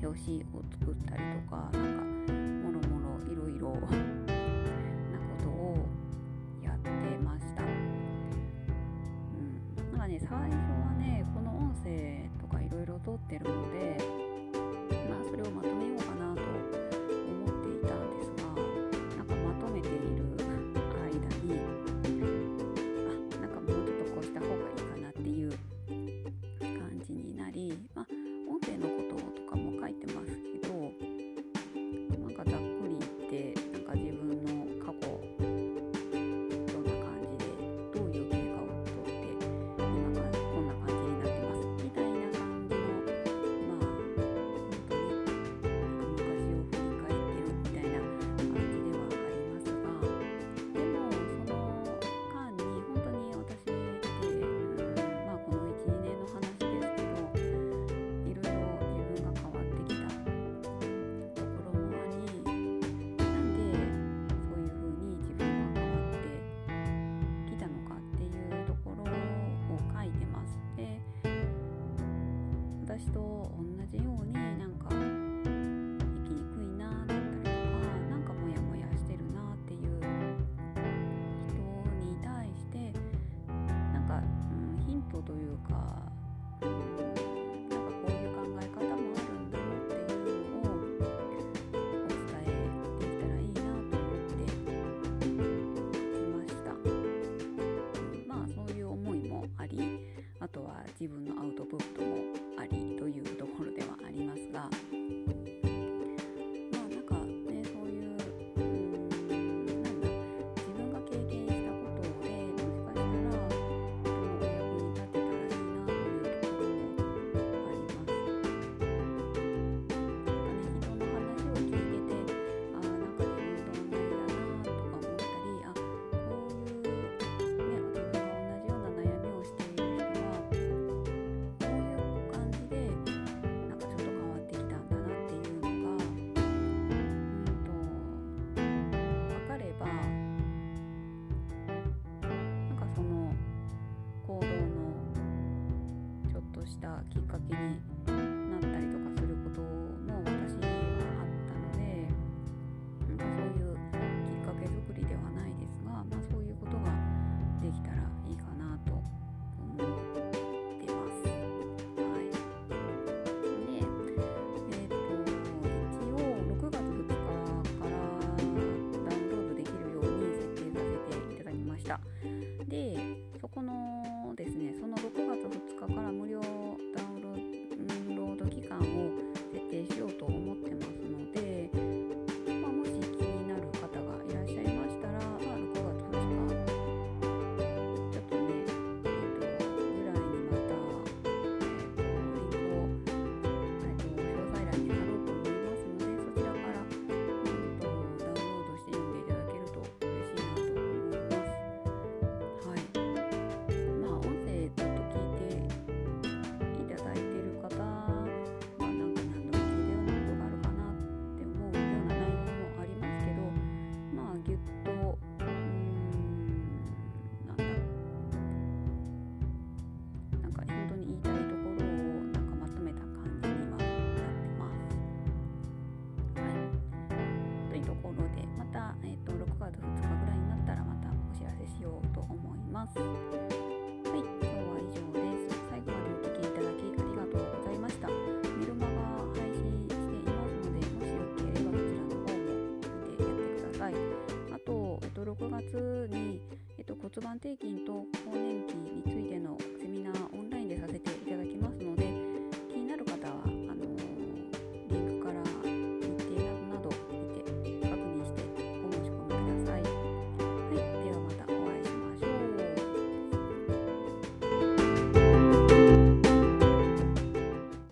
表紙を作ったりとか、なんかもろもろいろいろなことをやってました。なんかね、最初はね、この音声とかいろいろ撮ってるので、それをまとめようかなと思っていたんですが、なんかまとめている間に、なんかもうちょっとこうした方がいいかなっていう感じになり、音声のこととかも書いてますけど、なんかざっくり言って、なんか自分の過去どんな感じでどういう経過をとって今がこんな感じになってますみたいな感じの、本当になんか昔を振り返ってるみたいな感じではありますが、でもその間に本当に私ってこの 1,2 年の話ですけど、いろいろ自分が変わってきたところもあり、なんでそういうふうに自分が変わってきたのかっていうところを書いてます。で、私と同じようになんか生きにくいなだったりとか、なんかモヤモヤしてるなっていう人に対してなんか、ヒントというか、なんかこういう考え方もあるんだよっていうのをお伝えできたらいいなと思ってきました。そういう思いもあり、あとは自分のアウトプットもありというところではありますが、なんかね、そういう自分が経験したことでもしかしたら人のお役に立てたらいいなというところもあります。人の話を聞いてて、なんか自分と同じだなとか思ったり、こういうね、自分が同じような悩みをしている人はこういう感じでなんかちょっと変わってきたんだなっていうのが分かれば、なんかその行動のちょっとしたきっかけになったりとかすることも私はあったので、なんかそういうきっかけ作りではないですが、そういうことができたらいいかなと思ってます。はい。で、一応6月2日からダウンロードできるように設定させていただきました。で、そこのですね、その6月2日から無料ダウンロード期間を設定しようと思ってますので、もし気になる方がいらっしゃいましたら、6月2日ちょっとね、ぐらいにまた、リンクを、詳細欄に貼ろうと思いますので、そちらから、ダウンロードして読んでいただけると嬉しいなと思います。はい。音声ずっと聞いていただいている方はなんか何度も聞いたようなことがあるかなって思うような内容もありますけど、ぎゅっとなんか本当に言いたいところをなんかまとめた感じにはなってます。はい。というところで、また、6月2日ぐらいになったらまたお知らせしようと思います。はい、今日は以上です。最後までお聞きいただきありがとうございました。メルマガ配信していますので、もしよければそちらの方も見てやってください。あと、6月に、骨盤底筋と更年期についてのセミナーオンラインでさせていただきます